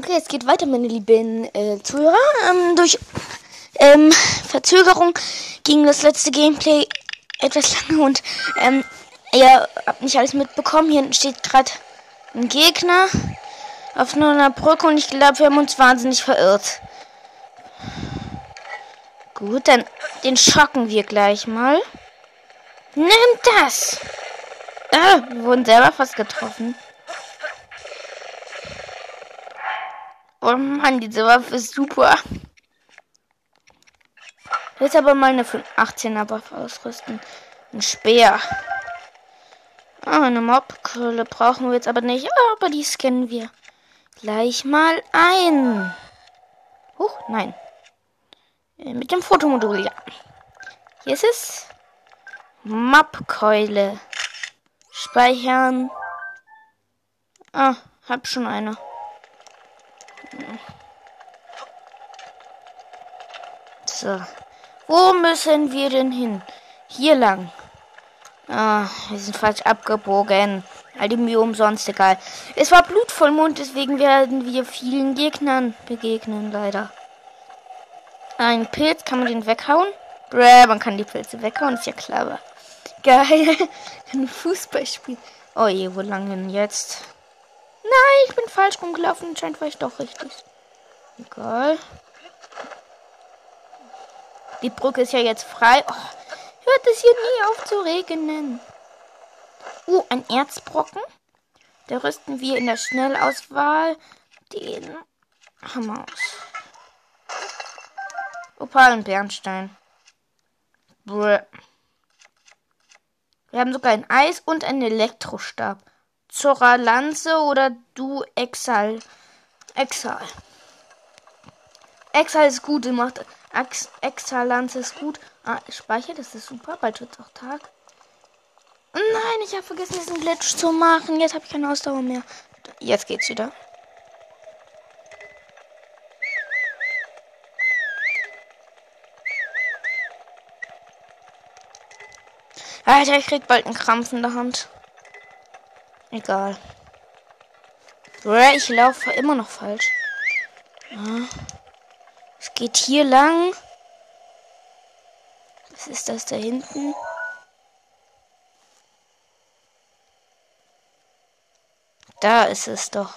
Okay, es geht weiter, meine lieben Zuhörer. Durch Verzögerung ging das letzte Gameplay etwas lange und ihr habt nicht alles mitbekommen. Hier hinten steht gerade ein Gegner auf nur einer Brücke und ich glaube, wir haben uns wahnsinnig verirrt. Gut, dann den schocken wir gleich mal. Nimm das! Wir wurden selber fast getroffen. Oh Mann, diese Waffe ist super. Jetzt aber mal eine 18er Waffe ausrüsten. Ein Speer. Eine Mobkeule brauchen wir jetzt aber nicht. Aber die scannen wir gleich mal ein. Huch, nein. Mit dem Fotomodul, ja. Hier ist es. Mobkeule. Speichern. Hab schon eine. So. Wo müssen wir denn hin? Hier lang. Wir sind falsch abgebogen. All die Mühe umsonst, egal. Es war Blutvollmond, deswegen werden wir vielen Gegnern begegnen, leider. Ein Pilz, kann man den weghauen? Man kann die Pilze weghauen, ist ja clever. Geil. Ein Fußballspiel. Oh je, wo lang denn jetzt? Nein, ich bin falsch rumgelaufen. Anscheinend war ich doch richtig. Egal. Die Brücke ist ja jetzt frei. Oh, hört es hier nie auf zu regnen. Ein Erzbrocken. Da rüsten wir in der Schnellauswahl den Hammer aus. Opalen Bernstein. Wir haben sogar ein Eis und einen Elektrostab. Zora Lanze oder du Exal. Exal ist gut, macht Exal Lanze ist gut. Speichert, das ist super, bald wird es auch Tag. Nein, ich habe vergessen, diesen Glitch zu machen. Jetzt habe ich keine Ausdauer mehr. Jetzt geht's wieder. Alter, ich krieg bald einen Krampf in der Hand. Egal. Ich laufe immer noch falsch. Es geht hier lang. Was ist das da hinten? Da ist es doch.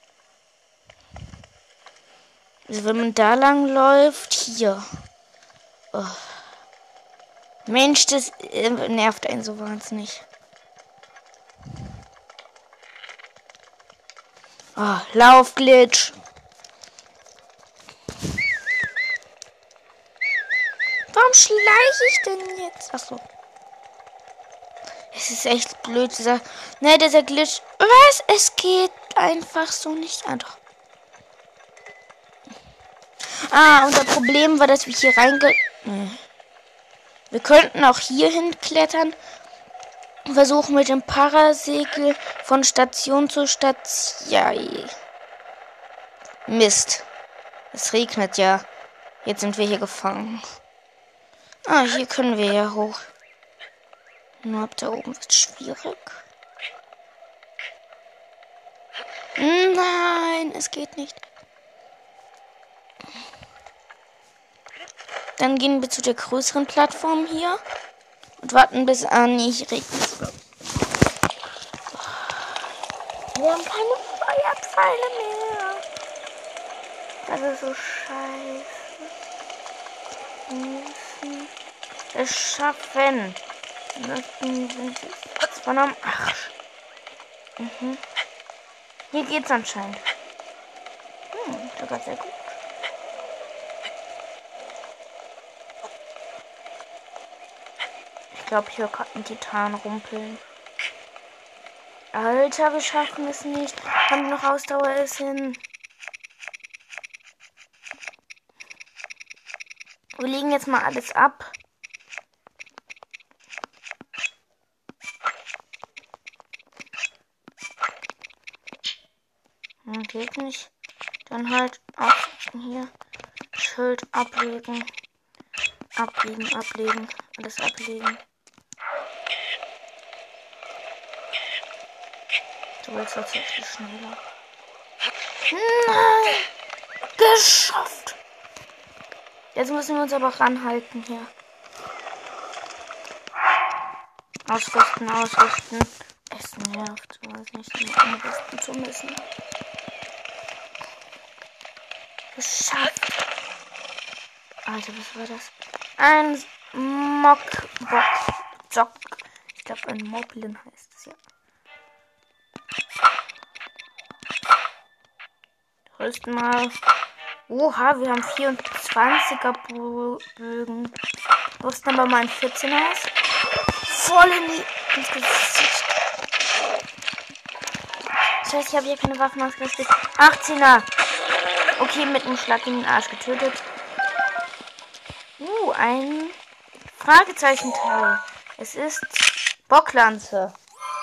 Also wenn man da lang läuft, hier. Oh. Mensch, das nervt einen so wahnsinnig. Laufglitch. Warum schleiche ich denn jetzt? Achso. Es ist echt blöd zu sagen. Ne, dieser Glitch. Was? Es geht einfach so nicht. Doch. Unser Problem war, dass wir hier Wir könnten auch hier hinklettern. Versuchen mit dem Parasegel von Station zu Station. Ja. Mist. Es regnet ja. Jetzt sind wir hier gefangen. Hier können wir ja hoch. Nur ab da oben wird es schwierig. Nein, es geht nicht. Dann gehen wir zu der größeren Plattform hier und warten bis nicht regnet. Wir haben keine Feuerpfeile mehr. Das ist so scheiße. Wir müssen es schaffen. Das war am Arsch. Hier geht's anscheinend. Sogar sehr gut. Ich glaube, ich höre gerade einen Titan rumpeln. Alter, wir schaffen es nicht. Haben wir noch Ausdauer es hin? Wir legen jetzt mal alles ab. Geht nicht. Dann halt auch hier Schild ablegen. Ablegen. Alles ablegen. Du willst tatsächlich schneller. Nein! Geschafft! Jetzt müssen wir uns aber ranhalten hier. Ausrüsten, ausrüsten. Es nervt, weiß nicht, immer umrüsten zu müssen. Geschafft! Alter, was war das? Ein Mockbox-Jock. Ich glaube, ein Moblin heißt es ja. Rüsten mal. Oha, wir haben 24er Bögen. Rüsten aber mal ein 14er aus. Voll ins Gesicht. Scheiße, ich habe hier keine Waffen ausgerüstet. 18er. Okay, mit einem Schlag in den Arsch getötet. Ein Fragezeichenteil. Es ist Bocklanze.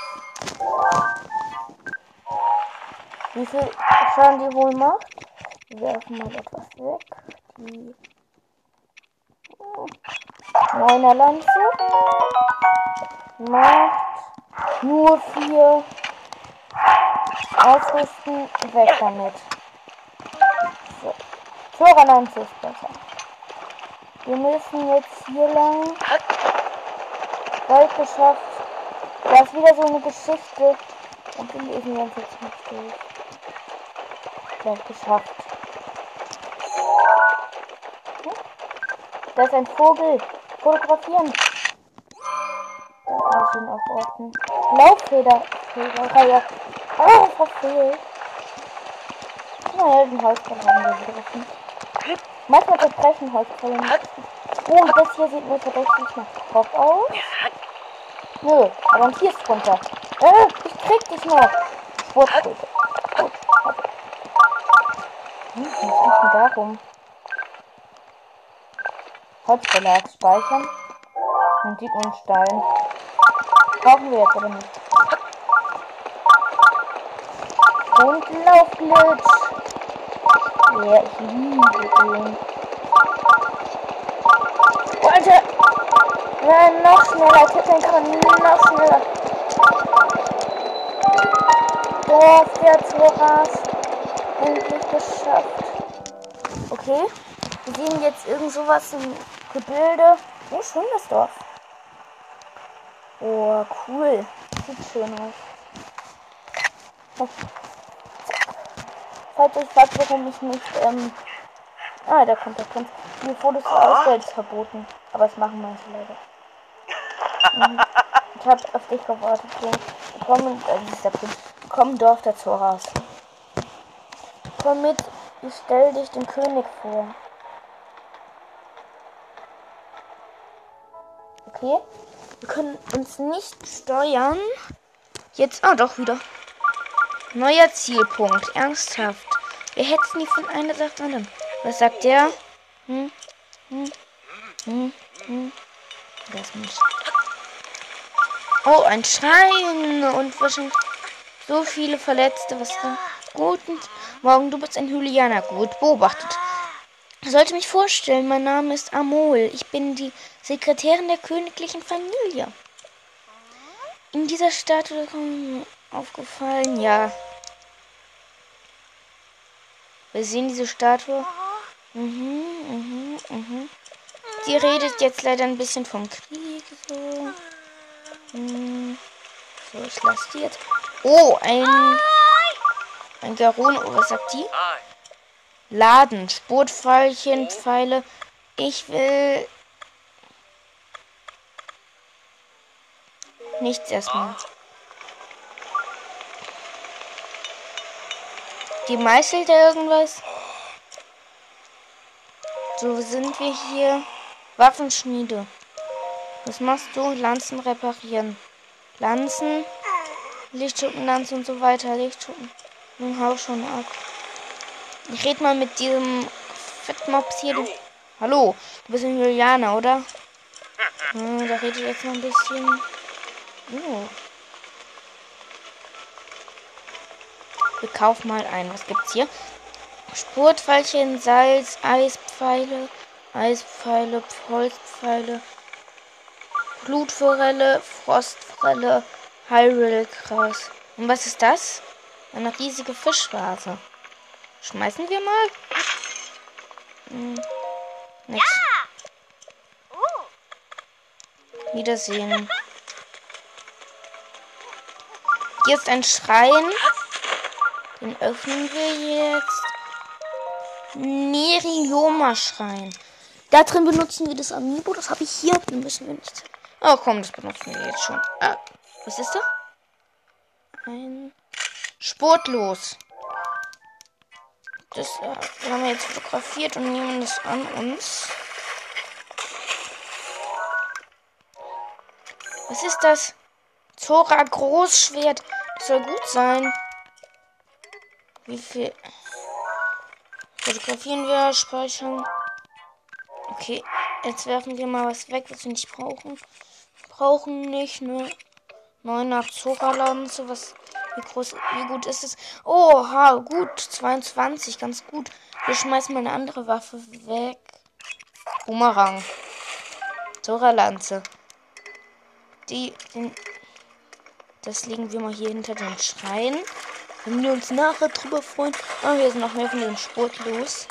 Wie viel Schaden die wohl macht? Wir werfen mal etwas weg. Die 9er Lanze macht nur 4. Ausrüsten, weg damit. So. Zora-Lanze ist besser. Wir müssen jetzt hier lang. Gold geschafft. Da ist wieder so eine Geschichte. Und wir lesen wir uns jetzt nicht durch. Gold geschafft. Da ist ein Vogel. Fotografieren. Da kann ich ihn auch orten. Lauffeder. Reihe. Ah, verfehlt. Naja, den Holzfäller haben wir wieder gefunden. Manchmal zerbrechen Holzfäller nicht. Oh, das hier sieht mir verdächtig nach Kopf aus. Nö, aber ein Tier ist drunter. Ich krieg dich noch. Sportkröte. Gut. Was liegt denn da rum? Holzverlag speichern. Und sieht nur einen Stein. Brauchen wir jetzt aber nicht. Und Laufglitch. Ja, ich liebe den. Oh, Alter. Ja, noch schneller. Tippeln kann man noch schneller. Dorf der Zoras. Endlich geschafft. Okay. Wir sehen jetzt irgend sowas im Gebilde. Oh, schönes Dorf. Oh, cool. Sieht schön aus. Oh. Falls euch fragt, warum ich nicht, da kommt der Prinz. Die Fotos zur Auswahl ist verboten. Aber das machen manche Leute. Ich hab auf dich gewartet. Dieser Prinz. Komm, Dorf der Zoras. Komm mit, ich stell dich dem König vor. Okay. Wir können uns nicht steuern. Jetzt, doch wieder. Neuer Zielpunkt. Ernsthaft. Wir hetzen die von einer Sache zur anderen. Was sagt der? Das nicht. Oh, ein Schrein. Und wahrscheinlich so viele Verletzte. Was da? Guten Morgen, du bist ein Hylianer. Gut beobachtet. Ich sollte mich vorstellen, mein Name ist Amol. Ich bin die Sekretärin der königlichen Familie. In dieser Statue aufgefallen, ja. Wir sehen diese Statue. Die redet jetzt leider ein bisschen vom Krieg. So, so ich lasse die jetzt. Oh, ein Garon. Oh, was sagt die? Laden, Sportpfeilchen, Pfeile. Ich will nichts erstmal. Die meißelt ja irgendwas. So sind wir hier. Waffenschmiede. Was machst du? Lanzen reparieren. Lanzen. Lichtschuppenlanzen und so weiter. Lichtschuppen. Hau schon ab. Ich rede mal mit diesem Fettmops hier. Hallo, du bist ein Julianer, oder? Da redet jetzt noch ein bisschen. Oh. Wir kaufen mal ein. Was gibt's hier? Sportpfeilchen, Salz, Eispfeile, Holzpfeile, Blutforelle, Frostforelle, Hyrule-Gras. Und was ist das? Eine riesige Fischvase. Schmeißen wir mal. Nix. Wiedersehen. Hier ist ein Schrein. Den öffnen wir jetzt. Nerioma-Schrein. Da drin benutzen wir das Amiibo. Das habe ich hier. Den müssen wir nicht. Oh komm, das benutzen wir jetzt schon. Ah, was ist da? Ein Sportlos. Das haben wir jetzt fotografiert und nehmen das an uns. Was ist das? Zora Großschwert. Das soll gut sein. Wie viel? Fotografieren wir, speichern. Okay, jetzt werfen wir mal was weg, was wir nicht brauchen. Brauchen nicht eine 9er Zora-Lanze. Wie gut ist es? Oha, gut. 22, ganz gut. Wir schmeißen mal eine andere Waffe weg. Boomerang. Zora-Lanze. Das legen wir mal hier hinter den Schrein. Wenn wir uns nachher drüber freuen. Oh, hier sind noch mehr von dem Sport los.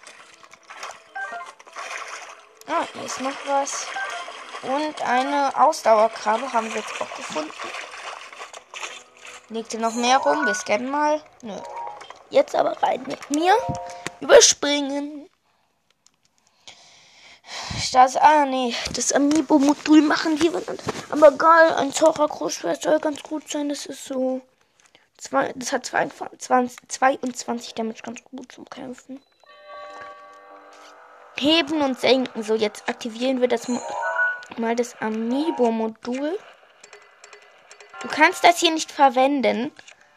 Ah, hier ist noch was. Und eine Ausdauerkrabbe haben wir jetzt auch gefunden. Liegt hier noch mehr rum? Wir scannen mal. Nö. Jetzt aber rein mit mir. Überspringen. Das Amiibo-Modul machen wir. Aber geil, ein Zora Großschwert soll ganz gut sein. Das ist so. Das hat 22 Damage, ganz gut zum Kämpfen. Heben und senken. So, jetzt aktivieren wir das Amiibo-Modul. Du kannst das hier nicht verwenden.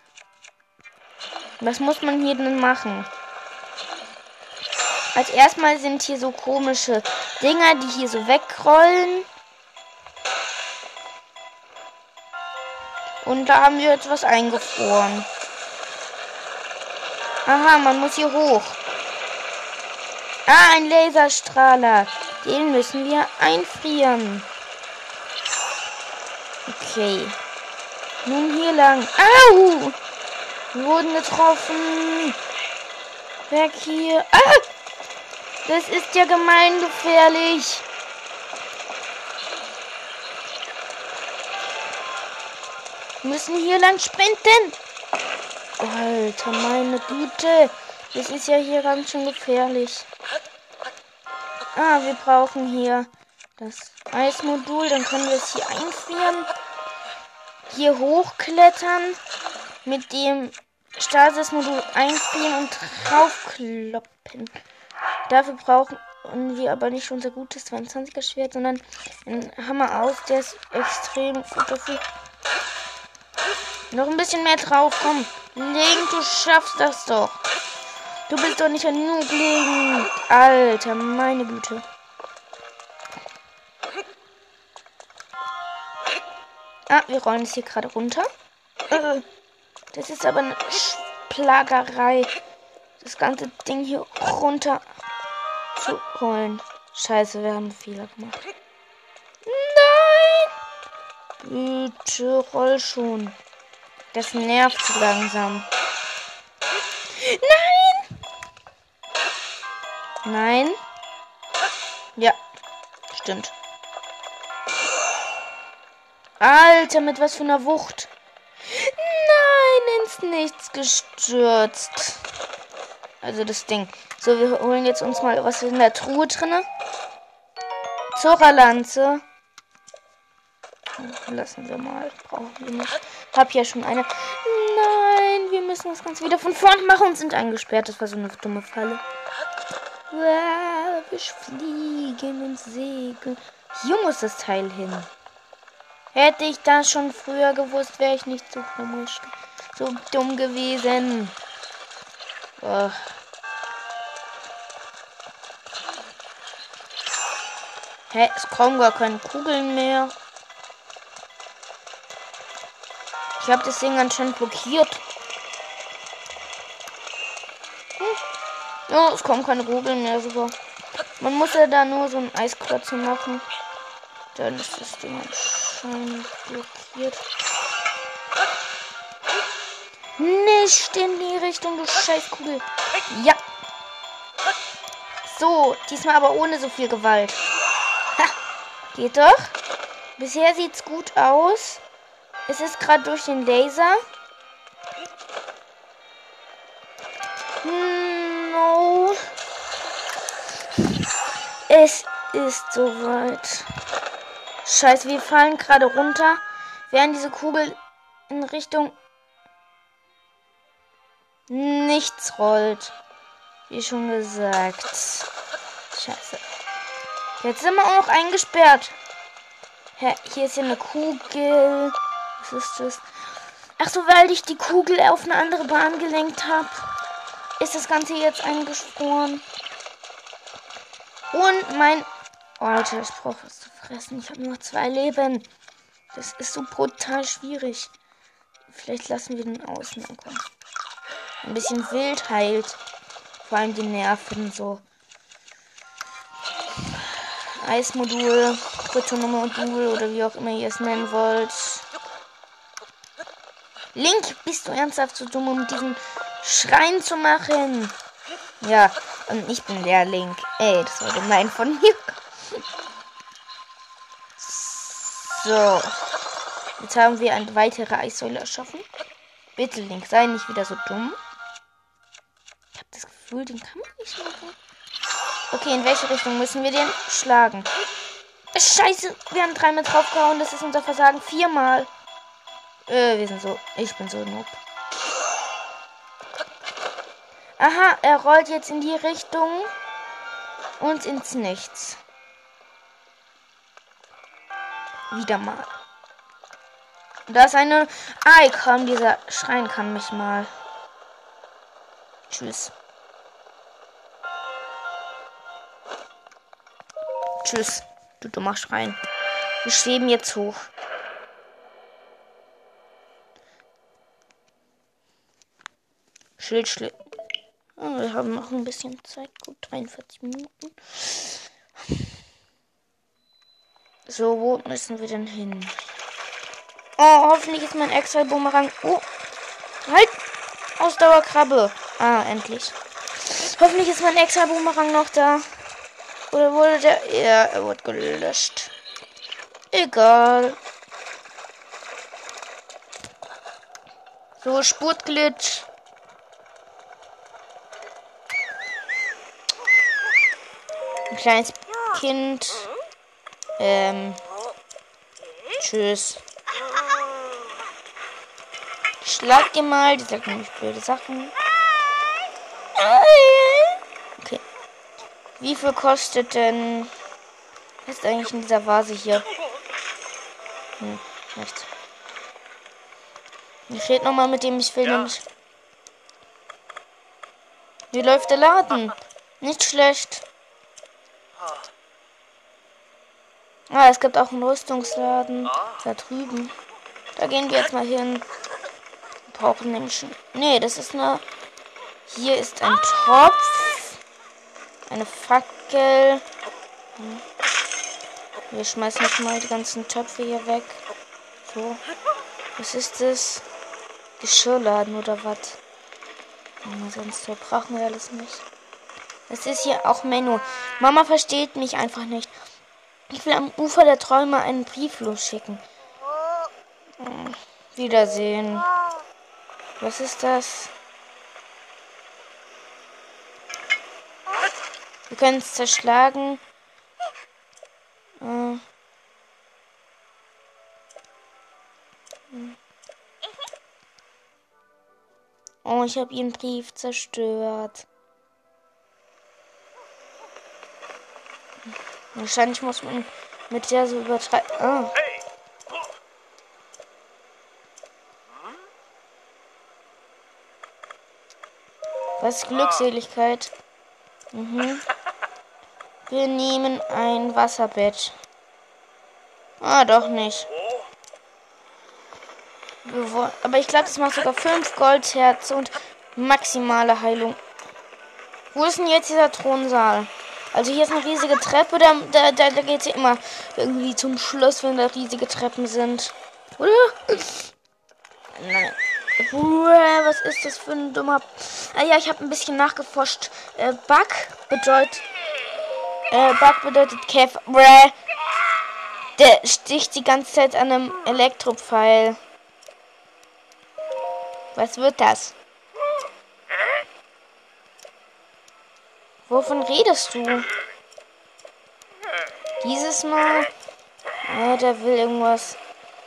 Was muss man hier denn machen? Als erstmal sind hier so komische Dinger, die hier so wegrollen. Und da haben wir jetzt was eingefroren. Aha, man muss hier hoch. Ah, ein Laserstrahler. Den müssen wir einfrieren. Okay. Nun hier lang. Au! Wir wurden getroffen. Weg hier. Ah! Das ist ja gemeingefährlich. Wir müssen hier lang sprinten. Alter, meine Güte. Das ist ja hier ganz schön gefährlich. Ah, wir brauchen hier das Eismodul. Dann können wir es hier einfrieren. Hier hochklettern. Mit dem Stasis-Modul einfrieren und draufkloppen. Dafür brauchen wir aber nicht unser gutes 22er Schwert, sondern einen Hammer aus. Der ist extrem gut dafür. Noch ein bisschen mehr drauf, komm. Legen, du schaffst das doch. Du bist doch nicht genug legen. Alter, meine Güte. Ah, wir rollen es hier gerade runter. Das ist aber eine Plagerei. Das ganze Ding hier runter zu rollen. Scheiße, wir haben einen Fehler gemacht. Nein! Bitte, roll schon. Das nervt zu langsam. Nein! Nein? Ja, stimmt. Alter, mit was für einer Wucht. Nein, ins Nichts gestürzt. Also das Ding. So, wir holen jetzt uns mal was in der Truhe drinne. Zora-Lanze. Lassen wir mal. Brauchen wir nicht. Hab ja schon eine. Nein, wir müssen das Ganze wieder von vorn machen und sind eingesperrt. Das war so eine dumme Falle. Wir fliegen und segeln. Hier muss das Teil hin. Hätte ich das schon früher gewusst, wäre ich nicht so dumm gewesen. Oh. Hä, es kommen gar keine Kugeln mehr. Ich habe das Ding anscheinend blockiert. Oh, es kommen keine Kugeln mehr, super. Man muss ja da nur so ein Eisklotz machen. Dann ist das Ding anscheinend blockiert. Nicht in die Richtung, du Scheißkugel. Ja. So, diesmal aber ohne so viel Gewalt. Ha, geht doch. Bisher sieht's gut aus. Es ist gerade durch den Laser. No. Es ist soweit. Scheiße, wir fallen gerade runter, während diese Kugel in Richtung nichts rollt. Wie schon gesagt. Scheiße. Jetzt sind wir auch noch eingesperrt. Hä, hier ist ja eine Kugel. Was ist das? Ach so, weil ich die Kugel auf eine andere Bahn gelenkt habe, ist das Ganze jetzt eingefroren. Und mein... Oh, Alter, ich brauche was zu fressen. Ich habe nur noch 2 Leben. Das ist so brutal schwierig. Vielleicht lassen wir den aus. Na, komm. Ein bisschen wild heilt. Vor allem die Nerven so. Eismodul, Kryptonomodul oder wie auch immer ihr es nennen wollt. Link, bist du ernsthaft so dumm, um diesen Schrein zu machen? Ja, und ich bin der Link. Ey, das war gemein von mir. So. Jetzt haben wir eine weitere Eissäule erschaffen. Bitte, Link, sei nicht wieder so dumm. Ich habe das Gefühl, den kann man nicht machen. Okay, in welche Richtung müssen wir den schlagen? Scheiße, wir haben 3-mal draufgehauen. Das ist unser Versagen. 4-mal. Wir sind so... Ich bin so noob. Aha, er rollt jetzt in die Richtung und ins Nichts. Wieder mal. Da ist eine... Ah, komm, dieser Schrein kann mich mal. Tschüss. Tschüss, du dummer Schrein. Wir schweben jetzt hoch. Schild. Oh, wir haben noch ein bisschen Zeit. Gut, 43 Minuten. So, wo müssen wir denn hin? Oh, hoffentlich ist mein Extra-Bumerang. Oh, halt! Ausdauerkrabbe. Ah, endlich. Hoffentlich ist mein Extra-Bumerang noch da. Oder wurde der... Ja, er wurde gelöscht. Egal. So, Spurtglitch. Ein kleines Kind. Tschüss. Schlag dir mal. Die sagt nämlich blöde Sachen. Okay. Wie viel kostet denn... Was ist eigentlich in dieser Vase hier? Nichts. Hier steht nochmal, mit dem ich will, nämlich... Wie läuft der Laden? Nicht schlecht. Ah, es gibt auch einen Rüstungsladen. Da drüben. Da gehen wir jetzt mal hin. Wir brauchen nämlich... Nee, das ist eine... Hier ist ein Topf. Eine Fackel. Wir schmeißen jetzt mal die ganzen Töpfe hier weg. So. Was ist das? Geschirrladen oder was? Sonst so brauchen wir alles nicht. Das ist hier auch Menü. Mama versteht mich einfach nicht. Ich will am Ufer der Träume einen Brief losschicken. Wiedersehen. Was ist das? Wir können es zerschlagen. Oh, ich habe ihren Brief zerstört. Wahrscheinlich muss man mit der so übertreiben. Oh. Was Glückseligkeit. Wir nehmen ein Wasserbett. Ah, doch nicht. Aber ich glaube, das macht sogar 5 Goldherze und maximale Heilung. Wo ist denn jetzt dieser Thronsaal? Also hier ist eine riesige Treppe, da geht es ja immer irgendwie zum Schluss, wenn da riesige Treppen sind. Oder? Nein. Was ist das für ein dummer... Ah ja, ich habe ein bisschen nachgeforscht. Bug bedeutet Käfer. Der sticht die ganze Zeit an einem Elektropfeil. Was wird das? Wovon redest du? Dieses Mal? Der will irgendwas.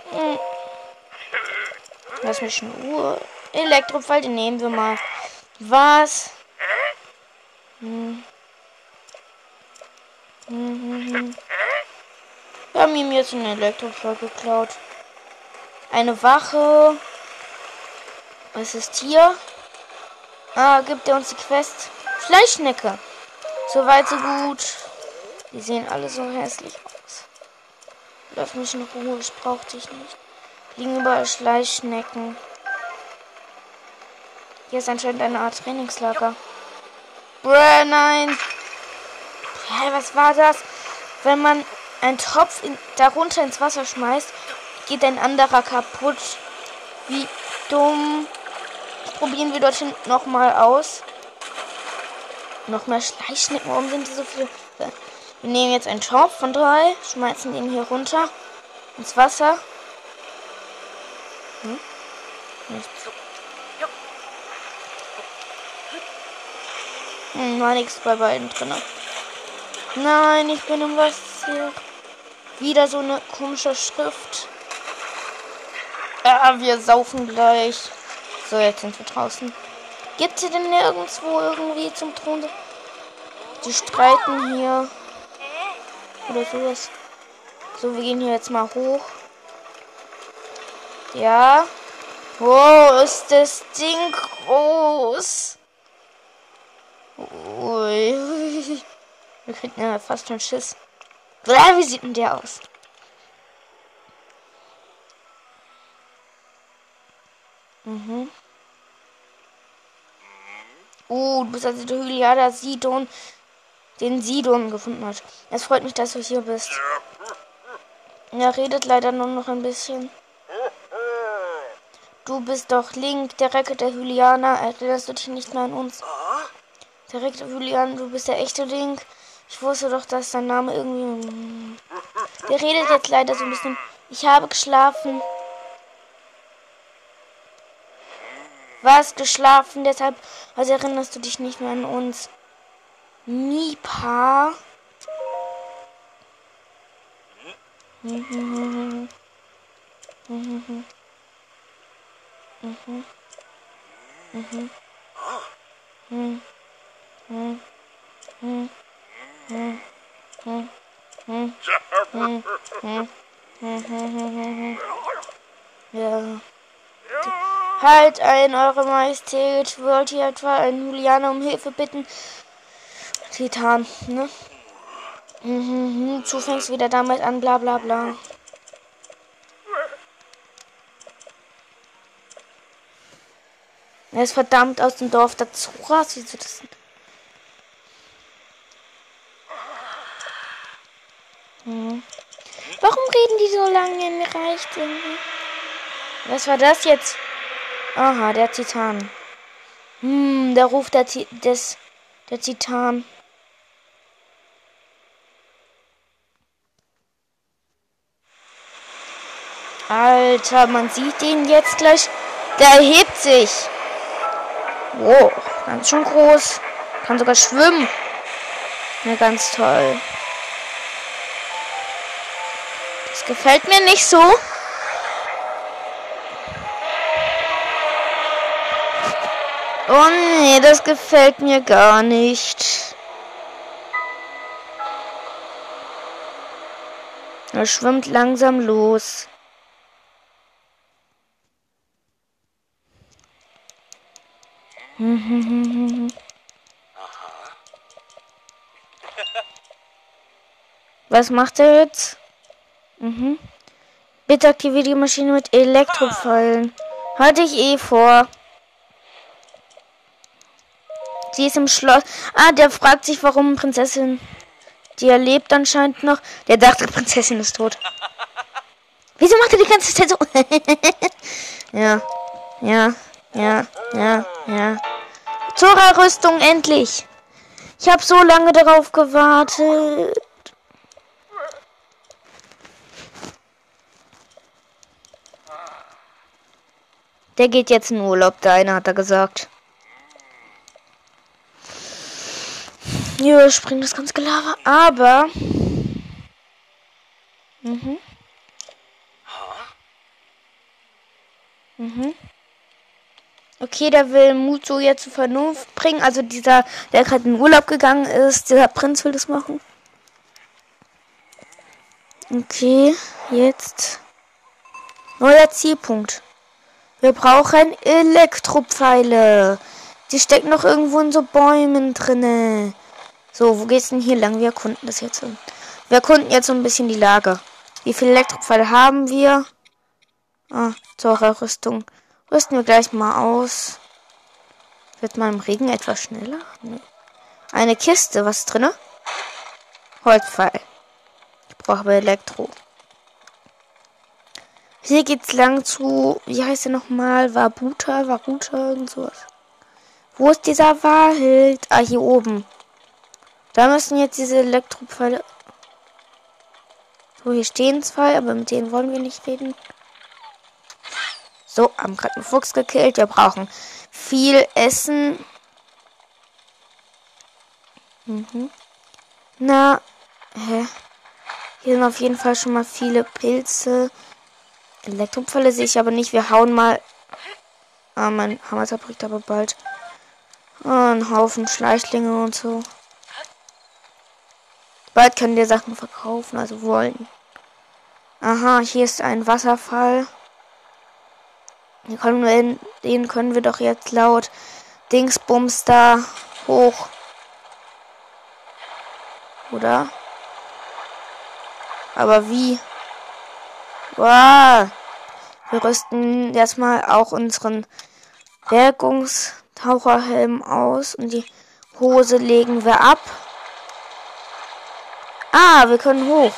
Lass mich in Ruhe. Elektropfeil, den nehmen wir mal. Was? Wir haben ihm jetzt einen Elektropfeil geklaut. Eine Wache. Was ist hier? Gibt er uns die Quest? Fleischschnecke. So weit, so gut. Die sehen alle so hässlich aus. Lass mich in Ruhe, ich brauche dich nicht. Liegen überall Fleischschnecken. Hier ist anscheinend eine Art Trainingslager. Nein. Hä, was war das? Wenn man einen Topf darunter ins Wasser schmeißt, geht ein anderer kaputt. Wie dumm. Probieren wir dorthin nochmal aus. Noch mehr Schleichschnecken. Warum sind die so viele? Wir nehmen jetzt einen Topf von 3, schmeißen den hier runter ins Wasser. Nichts. War nichts bei beiden drin. Nein, ich bin im Wasser. Wieder so eine komische Schrift. Wir saufen gleich. So, jetzt sind wir draußen. Gibt es denn nirgendwo irgendwie zum Thron? Die streiten hier. Oder sowas. So, wir gehen hier jetzt mal hoch. Ja. Wow, ist das Ding groß. Ui. Wir kriegen ja fast schon Schiss. Wie sieht denn der aus? Du bist also der Hylianer Sidon, den Sidon gefunden hat. Es freut mich, dass du hier bist. Er redet leider nur noch ein bisschen. Du bist doch Link, der Retter der Hylianer. Erinnerst du dich nicht mehr an uns? Der Retter der Hylianer, du bist der echte Link. Ich wusste doch, dass dein Name irgendwie... Der redet jetzt leider so ein bisschen. Ich habe geschlafen. Was geschlafen, deshalb erinnerst du dich nicht mehr an uns. Mipa. Ja. Halt ein, Eure Majestät. Wollt ihr etwa einen Hylianer um Hilfe bitten? Titan, ne? Du fängst wieder damit an, bla bla bla. Er ist verdammt aus dem Dorf dazu raus. Wie sieht das denn? Warum reden die so lange? Mir reicht irgendwie. Was war das jetzt? Aha, der Titan. Der Ruf der Titan. Alter, man sieht den jetzt gleich. Der erhebt sich. Wow, ganz schön groß. Kann sogar schwimmen. Ja, ganz toll. Das gefällt mir nicht so. Oh nee, das gefällt mir gar nicht. Er schwimmt langsam los. Was macht er jetzt? Bitte aktiviere die Maschine mit Elektropfeilen. Hatte ich eh vor. Sie ist im Schloss. Der fragt sich, warum Prinzessin. Die erlebt anscheinend noch. Der dachte, Prinzessin ist tot. Wieso macht er die ganze Zeit so? Ja. Ja, ja, ja, ja. Zora-Rüstung, endlich. Ich habe so lange darauf gewartet. Der geht jetzt in Urlaub, der eine hat er gesagt. Ja, springt das ganze Gelaber. Aber. Mhm. Mhm. Okay, der will Mutsu jetzt zur Vernunft bringen. Also dieser, der gerade in Urlaub gegangen ist, dieser Prinz will das machen. Okay, jetzt. Neuer Zielpunkt. Wir brauchen Elektropfeile. Die stecken noch irgendwo in so Bäumen drinne. So, wo geht's denn hier lang? Wir erkunden das jetzt. Wir erkunden jetzt so ein bisschen die Lage. Wie viele Elektropfeile haben wir? Ah, Zora-Rüstung. Rüsten wir gleich mal aus. Wird mal im Regen etwas schneller? Nee. Eine Kiste, was ist drinne? Holzpfeil. Ich brauche aber Elektro. Hier geht's lang zu, wie heißt der nochmal? Waruta, irgend sowas. Wo ist dieser Wald? Ah, hier oben. Da müssen jetzt diese Elektropfeile. So, hier stehen zwei, aber mit denen wollen wir nicht reden. So, haben gerade einen Fuchs gekillt. Wir brauchen viel Essen. Mhm. Na, hä? Hier sind auf jeden Fall schon mal viele Pilze. Elektropfeile sehe ich aber nicht. Wir hauen mal. Ah, mein Hammer zerbricht aber bald. Oh, ein Haufen Schleichlinge und so. Bald können wir Sachen verkaufen, also wollen. Aha, hier ist ein Wasserfall. Den können wir doch jetzt laut Dingsbums da hoch. Oder? Aber wie? Wow. Wir rüsten erstmal auch unseren Bergungstaucherhelm aus und die Hose legen wir ab. Ah, wir können hoch.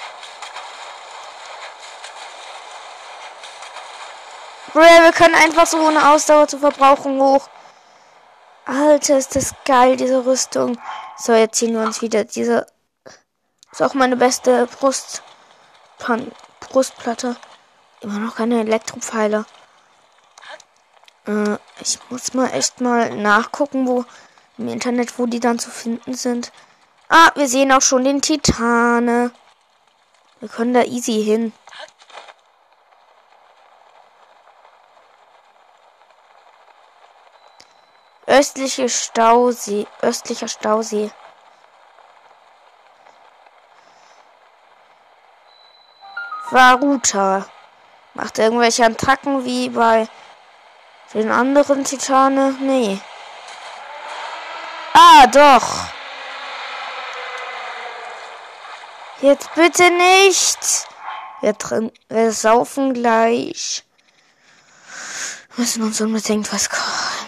Wir können einfach so ohne Ausdauer zu verbrauchen hoch. Alter, ist das geil, diese Rüstung. So, jetzt ziehen wir uns wieder diese. Ist auch meine beste Brustplatte. Immer noch keine Elektropfeile. Ich muss mal echt mal nachgucken, wo im Internet, wo die dann zu finden sind. Ah, wir sehen auch schon den Titane. Wir können da easy hin. Östlicher Stausee. Waruta. Macht irgendwelche Attacken wie bei den anderen Titane? Nee. Ah, doch. Jetzt bitte nicht. Wir saufen gleich. Müssen uns unbedingt was kochen.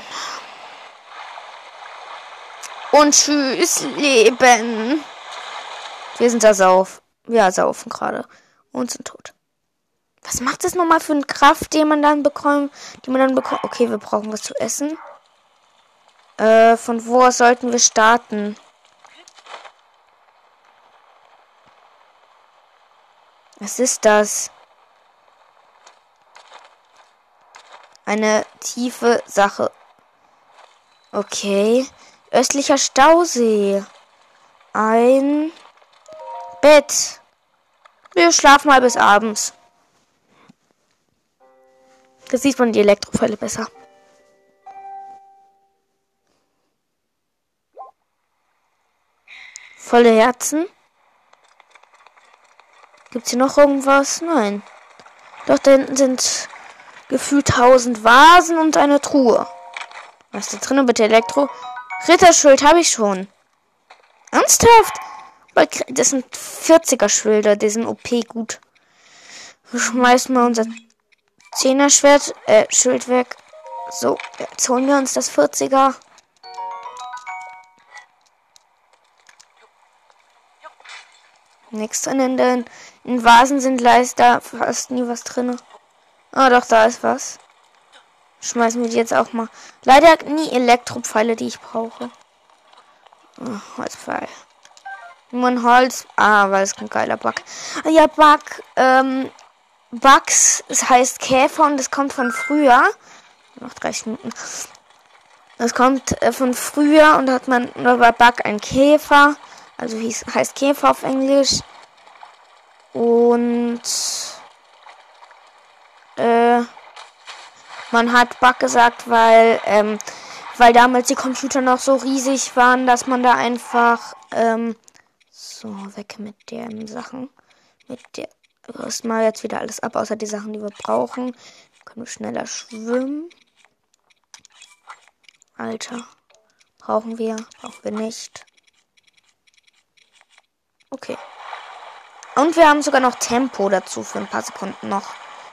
Und tschüss, Leben. Wir sind da saufen gerade. Und sind tot. Was macht das nochmal für eine Kraft, die man dann bekommt? Okay, wir brauchen was zu essen. Von wo aus sollten wir starten? Was ist das? Eine tiefe Sache. Okay. Östlicher Stausee. Ein Bett. Wir schlafen mal bis abends. Da sieht man die Elektropfeile besser. Volle Herzen. Gibt's hier noch irgendwas? Nein. Doch, da hinten sind gefühlt 1000 Vasen und eine Truhe. Was ist da drin? Bitte Elektro. Ritterschild habe ich schon. Ernsthaft? Das sind 40er Schilder. Die sind OP gut. Wir schmeißen mal unser 10er Schild weg. So, jetzt holen wir uns das 40er. Nichts drin. In Vasen sind leider fast nie was drin. Ah, doch, da ist was. Schmeißen wir die jetzt auch mal. Leider nie Elektropfeile, die ich brauche. Oh, Holzpfeil. Nur ein Holz. Ah, weil es ein geiler Bug. Ja, Bugs, es heißt Käfer und es kommt von früher. Noch 30 Minuten. Das kommt von früher und da hat man, da war Bug ein Käfer. Also heißt Käfer auf Englisch. Und man hat Bug gesagt, weil damals die Computer noch so riesig waren, dass man da einfach so, weg mit den Sachen. Das mal jetzt wieder alles ab, außer die Sachen, die wir brauchen. Können wir schneller schwimmen. Alter. Brauchen wir nicht. Okay. Und wir haben sogar noch Tempo dazu für ein paar Sekunden noch.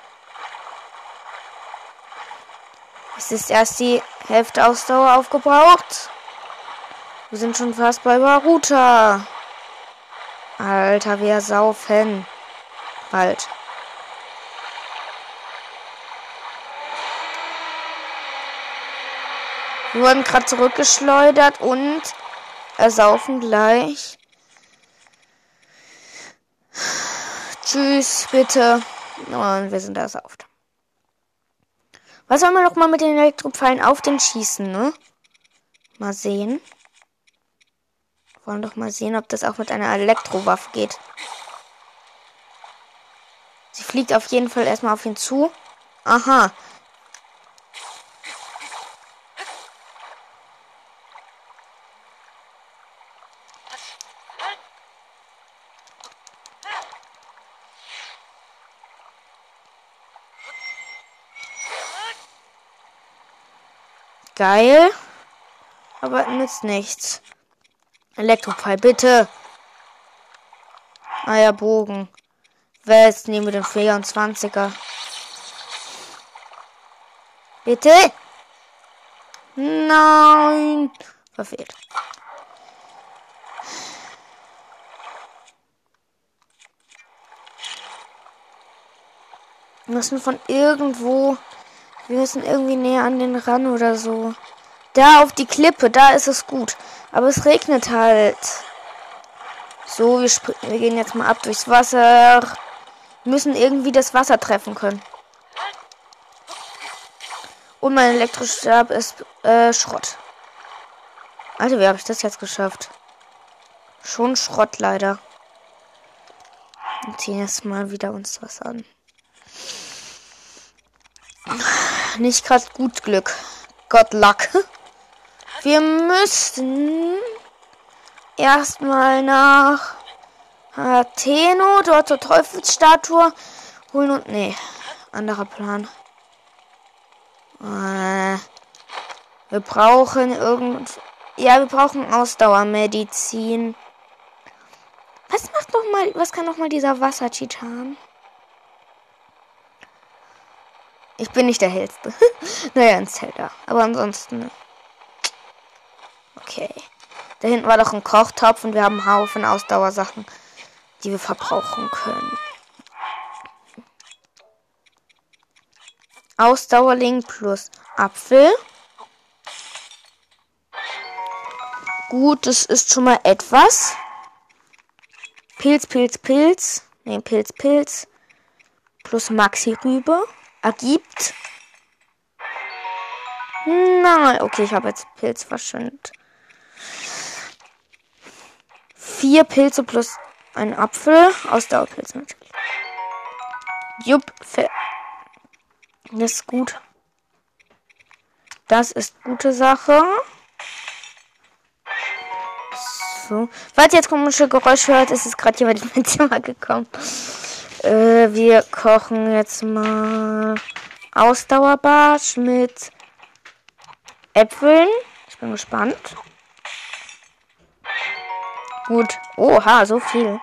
Es ist erst die Hälfte Ausdauer aufgebraucht. Wir sind schon fast bei Baruta. Alter, wir saufen. Bald. Wir wurden gerade zurückgeschleudert und ersaufen gleich. Tschüss, bitte. Und wir sind ersauft. Was soll man noch mal mit den Elektropfeilen auf den schießen, ne? Mal sehen. Wollen doch mal sehen, ob das auch mit einer Elektrowaffe geht. Sie fliegt auf jeden Fall erstmal auf ihn zu. Aha. Geil. Aber nützt nichts. Elektropfeil, bitte. Ah ja, Bogen. Jetzt nehmen wir den 24er. Bitte? Nein. Verfehlt. Wir müssen von irgendwo... Wir müssen irgendwie näher an den ran oder so. Da auf die Klippe, da ist es gut. Aber es regnet halt. So, wir gehen jetzt mal ab durchs Wasser. Wir müssen irgendwie das Wasser treffen können. Und mein Elektrostab ist Schrott. Alter, wie habe ich das jetzt geschafft? Schon Schrott leider. Und ziehen jetzt mal wieder uns was an. Nicht gerade gut Glück. God luck. Wir müssten erstmal nach Atheno, dort zur Teufelsstatue holen und... Nee, anderer Plan. Wir brauchen wir brauchen Ausdauermedizin. Was kann noch mal dieser Wassertitan? Ich bin nicht der hellste. Naja, ein Zelda. Aber ansonsten... Okay. Da hinten war doch ein Kochtopf und wir haben einen Haufen Ausdauersachen, die wir verbrauchen können. Ausdauerling plus Apfel. Gut, das ist schon mal etwas. Pilz. Ne, Pilz. Plus Maxi-Rübe. Ergibt. Nein, okay, ich habe jetzt Pilz verschwendet. 4 Pilze plus ein Apfel. Ausdauerpilz natürlich. Jupp, das ist gut. Das ist gute Sache. So. Falls ihr jetzt komische Geräusche hört, ist es gerade jemand in mein Zimmer gekommen. Wir kochen jetzt mal Ausdauerbarsch mit Äpfeln. Ich bin gespannt. Gut. Oha, so viel.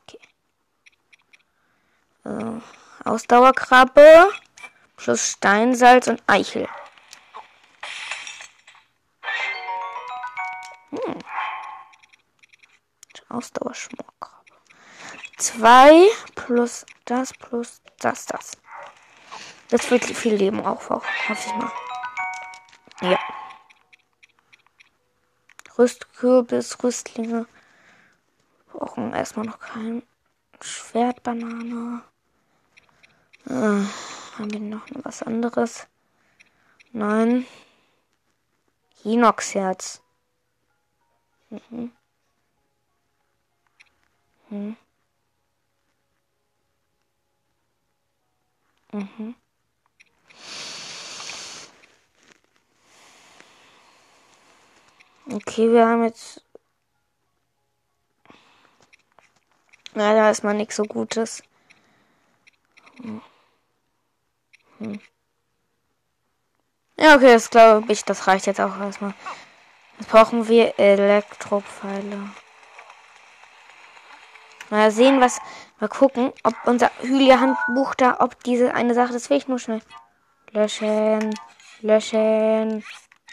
Okay. Ausdauerkrabbe plus Steinsalz und Eichel. Ausdauerschmuck. 2 plus das. Das wird viel Leben auch, hoffe ich mal. Ja. Rüstkürbis, Rüstlinge. Brauchen erstmal noch kein Schwertbanane. Haben wir noch was anderes? Nein. Hinoxherz. Mhm. Mhm. Mhm. Okay, wir haben jetzt... Na, da ist mal nichts so Gutes. Ja, okay, das glaube ich, das reicht jetzt auch erstmal. Jetzt brauchen wir Elektropfeile. Mal sehen, was... Mal gucken, ob unser Hylia-Handbuch da, ob diese eine Sache, das will ich nur schnell löschen. Löschen.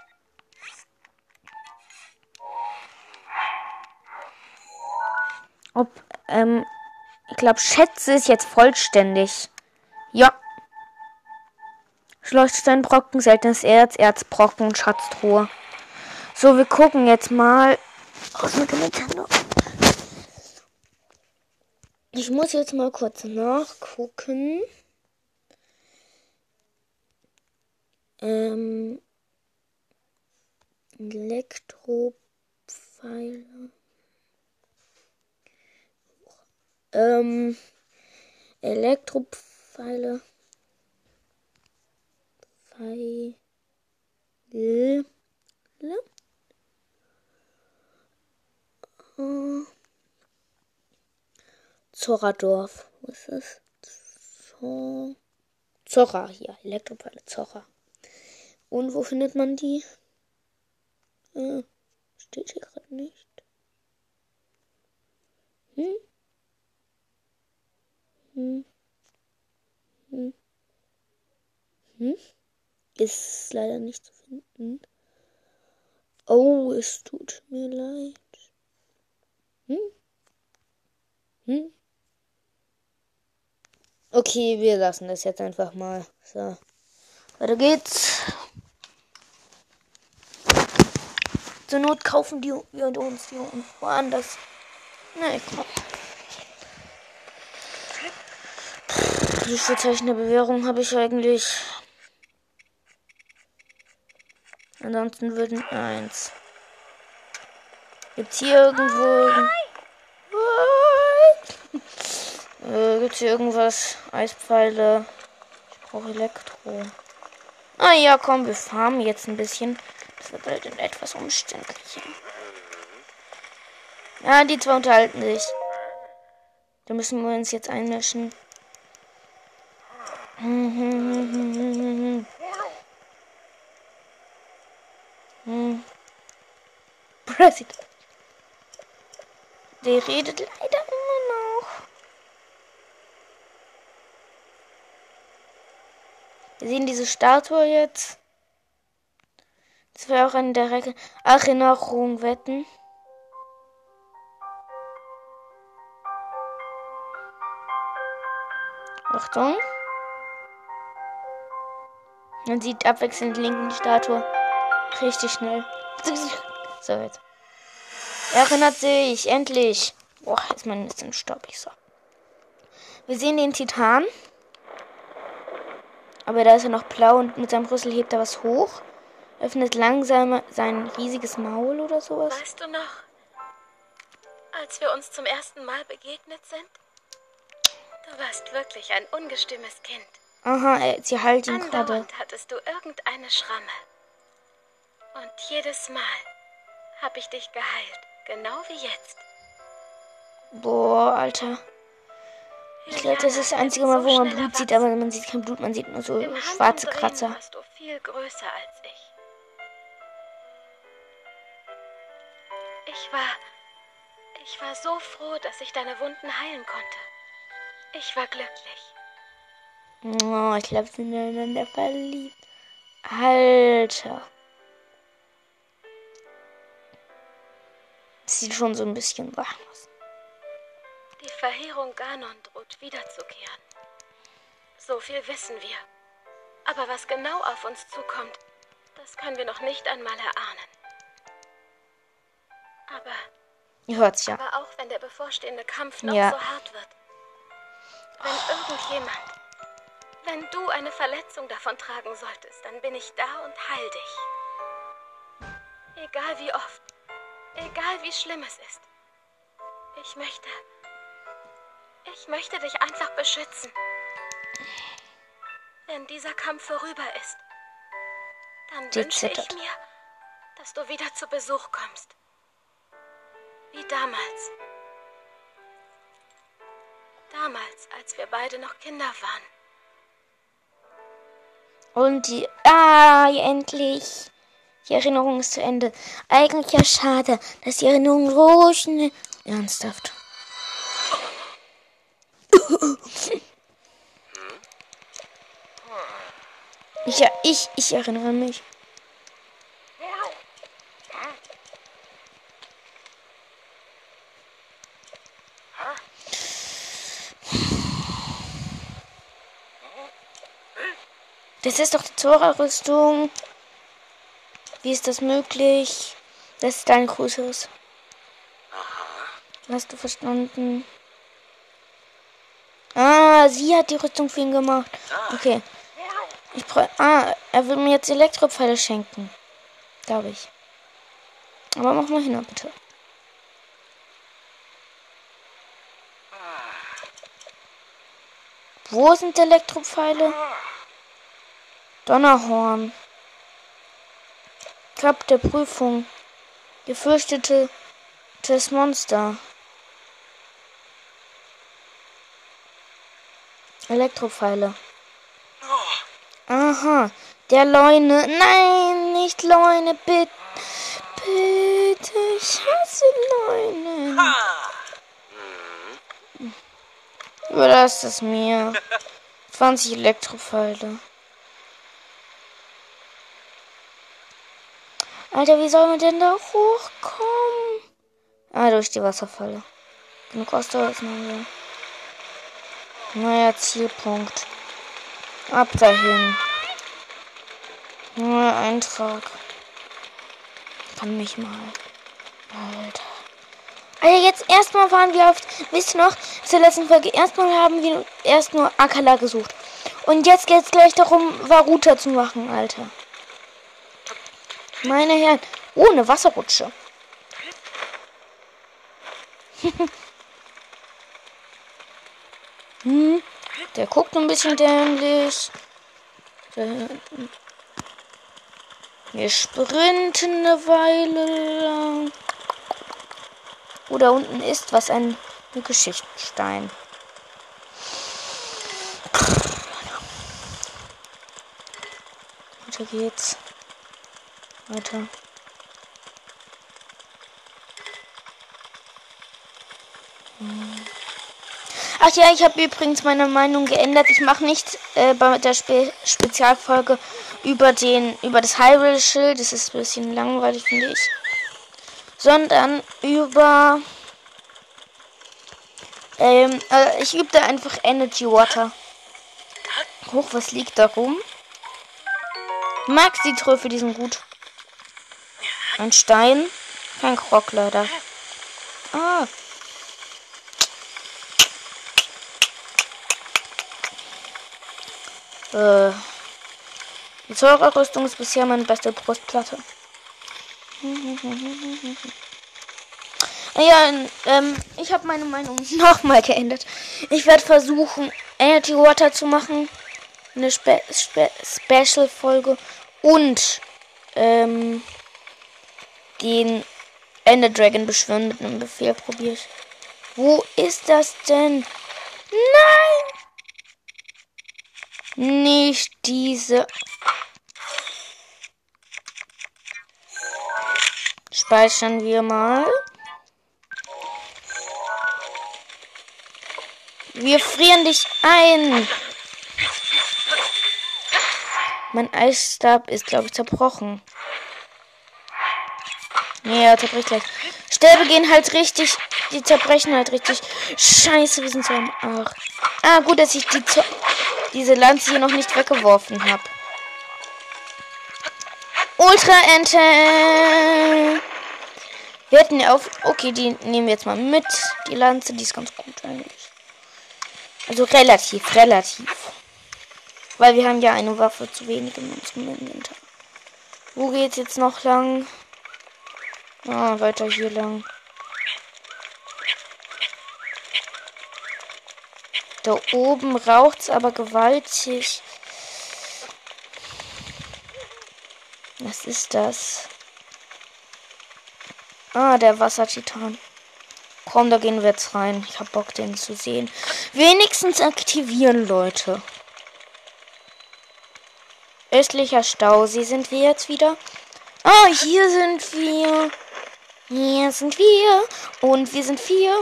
Ob, ich glaube, Schätze ist jetzt vollständig. Ja. Schlosssteinbrocken, seltenes Erz, Erzbrocken, Schatztruhe. So, wir gucken jetzt mal. Aus mit dem Nintendo. Ich muss jetzt mal kurz nachgucken. Elektropfeile. Elektropfeile. Pfeile. Zorradorf. Wo ist das? Zorra hier. Elektropfeile Zorra. Und wo findet man die? Steht hier gerade nicht. Ist leider nicht zu finden. Oh, es tut mir leid. Okay, wir lassen das jetzt einfach mal. So. Weiter geht's. Zur Not kaufen wir uns die woanders. Nein, komm. Wie viele Zeichen der Bewährung habe ich eigentlich? Ansonsten würden 1. Gibt's hier irgendwo... gibt's hier irgendwas? Eispfeile. Ich brauche Elektro. Ah ja, komm, wir farmen jetzt ein bisschen. Das wird bald etwas umständlicher. Ja, die zwei unterhalten sich. Da müssen wir uns jetzt einmischen. Präsident. Der redet leider immer noch. Wir sehen diese Statue jetzt. Das wäre auch eine der Erinnerung wetten. Achtung. Man sieht abwechselnd linken die Statue. Richtig schnell. So, jetzt. Erinnert sich, endlich. Boah, ist man ein bisschen stoppig so. Wir sehen den Titan. Aber da ist er noch blau und mit seinem Rüssel hebt er was hoch. Öffnet langsam sein riesiges Maul oder sowas. Weißt du noch, als wir uns zum ersten Mal begegnet sind? Du warst wirklich ein ungestümes Kind. Aha, sie halt ihn gerade. Andauernd hattest du irgendeine Schramme. Und jedes Mal habe ich dich geheilt. Genau wie jetzt. Boah, Alter. Ich glaube, das ist das einzige Mal, wo man Blut sieht, aber man sieht kein Blut, man sieht nur so schwarze Kratzer. Warst du viel größer als ich. Ich war so froh, dass ich deine Wunden heilen konnte. Ich war glücklich. Oh, ich glaube, wir sind ineinander verliebt. Alter. Das sieht schon so ein bisschen warm aus. Die Verheerung Ganon droht wiederzukehren. So viel wissen wir. Aber was genau auf uns zukommt, das Das können wir noch nicht einmal erahnen. Aber, Ihr hört's ja. aber auch wenn der bevorstehende Kampf noch Ja. so hart wird, wenn du eine Verletzung davon tragen solltest, dann bin ich da und heil dich. Egal wie oft, egal wie schlimm es ist. Ich möchte dich einfach beschützen. Wenn dieser Kampf vorüber ist, dann wünsche ich mir, dass du wieder zu Besuch kommst. Wie damals. Damals, als wir beide noch Kinder waren. Und endlich. Die Erinnerung ist zu Ende. Eigentlich ja schade, dass die Erinnerung so schnell... Ernsthaft. Ich erinnere mich. Das ist doch die Zora-Rüstung. Wie ist das möglich? Das ist dein größeres. Hast du verstanden? Sie hat die Rüstung für ihn gemacht. Okay. Er will mir jetzt Elektropfeile schenken. Glaube ich. Aber mach mal hin, bitte. Wo sind Elektropfeile? Donnerhorn. Cup der Prüfung. Gefürchtete das Monster. Elektropfeile. Aha. Der Leune. Nein, nicht Leune, bitte. Bitte, ich hasse Leunen. Überlass es mir. 20 Elektropfeile. Alter, wie soll man denn da hochkommen? Durch die Wasserfalle. Genug Ausdauer ist noch. Neuer Zielpunkt. Ab dahin. Neuer Eintrag. Kann mich mal. Alter. Alter, jetzt erstmal waren wir auf... Wisst ihr noch? Zur letzten Folge. Erstmal haben wir erst nur Akala gesucht. Und jetzt geht es gleich darum, Varuta zu machen, Alter. Meine Herren. Oh, eine Wasserrutsche. Der guckt ein bisschen dämlich. Wir sprinten eine Weile lang. Oh, da unten ist was, ein Geschichtstein. Weiter geht's. Weiter. Ach ja, ich habe übrigens meine Meinung geändert. Ich mache nicht bei der Spezialfolge über das Hyrule-Schild. Das ist ein bisschen langweilig, finde ich. Sondern über... ich übe da einfach Energy Water. Hoch, was liegt da rum? Max, die Tröpfe, die sind gut. Ein Stein. Kein Krog, leider. Die Zora-Rüstung ist bisher meine beste Brustplatte. Ja, ich habe meine Meinung nochmal geändert. Ich werde versuchen, Energy Water zu machen. Eine Special-Folge. Und den Ender Dragon beschwören mit einem Befehl probiere ich. Wo ist das denn? Nein! Nicht diese. Speichern wir mal. Wir frieren dich ein. Mein Eisstab ist, glaube ich, zerbrochen. Nee, er zerbricht gleich. Stäbe gehen halt richtig. Die zerbrechen halt richtig. Scheiße, wir sind so am Arsch. Gut, dass ich diese Lanze hier noch nicht weggeworfen habe. Ultra-Ente. Wir hätten ja auf... Okay, die nehmen wir jetzt mal mit. Die Lanze, die ist ganz gut eigentlich. Also relativ. Weil wir haben ja eine Waffe zu wenig in unserem Inventar. Wo geht's jetzt noch lang? Ah, weiter hier lang. Da oben raucht's aber gewaltig. Was ist das? Ah, der Wassertitan. Komm, da gehen wir jetzt rein. Ich hab Bock, den zu sehen. Wenigstens aktivieren, Leute. Östlicher Stausee sind wir jetzt wieder. Ah, hier sind wir. Hier sind wir. Und wir sind 4.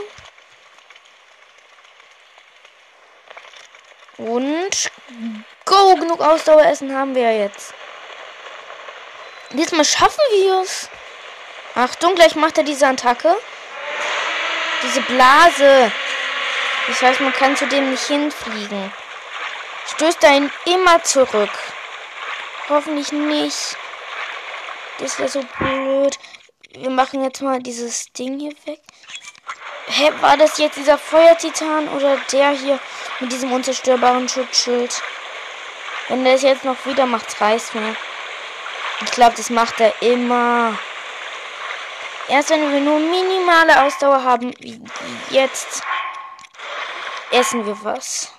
Und go, genug Ausdaueressen haben wir jetzt. Diesmal schaffen wir es. Achtung, gleich macht er diese Attacke. Diese Blase. Das heißt, man kann zu dem nicht hinfliegen. Stößt er ihn immer zurück. Hoffentlich nicht. Das wäre so blöd. Wir machen jetzt mal dieses Ding hier weg. Hä, war das jetzt dieser Feuertitan oder der hier mit diesem unzerstörbaren Schutzschild? Wenn der es jetzt noch wieder macht, reißt mir. Ich glaube, das macht er immer. Erst wenn wir nur minimale Ausdauer haben, wie jetzt, essen wir was.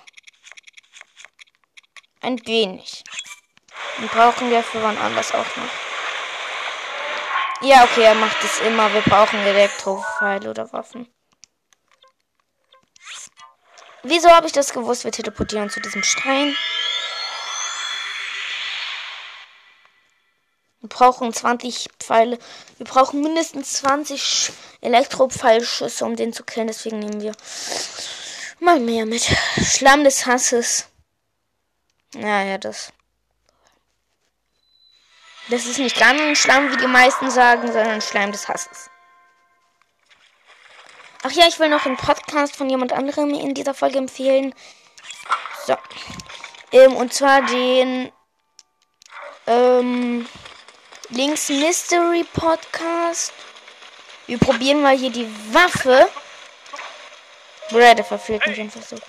Ein wenig. Und brauchen wir für wann anders auch noch. Ja, okay, er macht es immer. Wir brauchen Elektropfeile oder Waffen. Wieso habe ich das gewusst? Wir teleportieren zu diesem Stein. Wir brauchen 20 Pfeile. Wir brauchen mindestens 20 Elektropfeilschüsse, um den zu killen. Deswegen nehmen wir mal mehr mit. Schlamm des Hasses. Naja, das ist nicht ganz Schlamm, wie die meisten sagen, sondern Schleim des Hasses. Ach ja, ich will noch einen Podcast von jemand anderem in dieser Folge empfehlen. So. Und zwar den Links Mystery Podcast. Wir probieren mal hier die Waffe. Bruder, der verfehlt mich einfach so.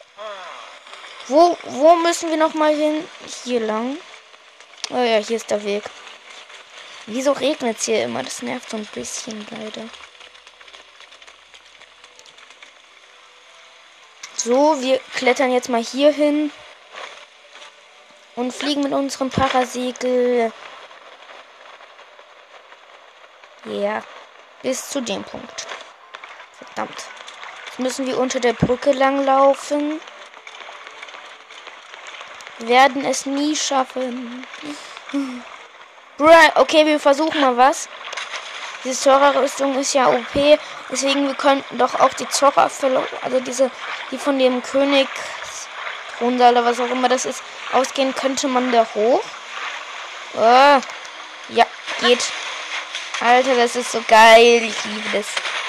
Wo müssen wir nochmal hin? Hier lang. Oh ja, hier ist der Weg. Wieso regnet es hier immer? Das nervt so ein bisschen leider. So, wir klettern jetzt mal hier hin. Und fliegen mit unserem Parasegel. Ja. Bis zu dem Punkt. Verdammt. Jetzt müssen wir unter der Brücke lang laufen. Wir werden es nie schaffen. Okay, wir versuchen mal was. Diese Zora-Rüstung ist ja OP. Deswegen, wir könnten doch auch die Zora, also die von dem König Thronsaal oder was auch immer das ist, ausgehen. Könnte man da hoch? Oh. Ja, geht. Alter, das ist so geil. Ich liebe das.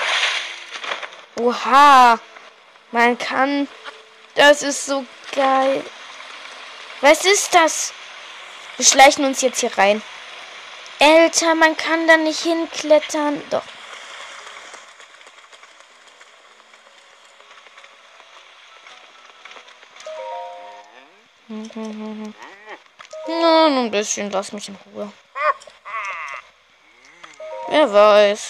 Oha. Man kann. Das ist so geil. Was ist das? Wir schleichen uns jetzt hier rein. Alter, man kann da nicht hinklettern. Doch. Na, ein bisschen. Lass mich in Ruhe. Wer weiß.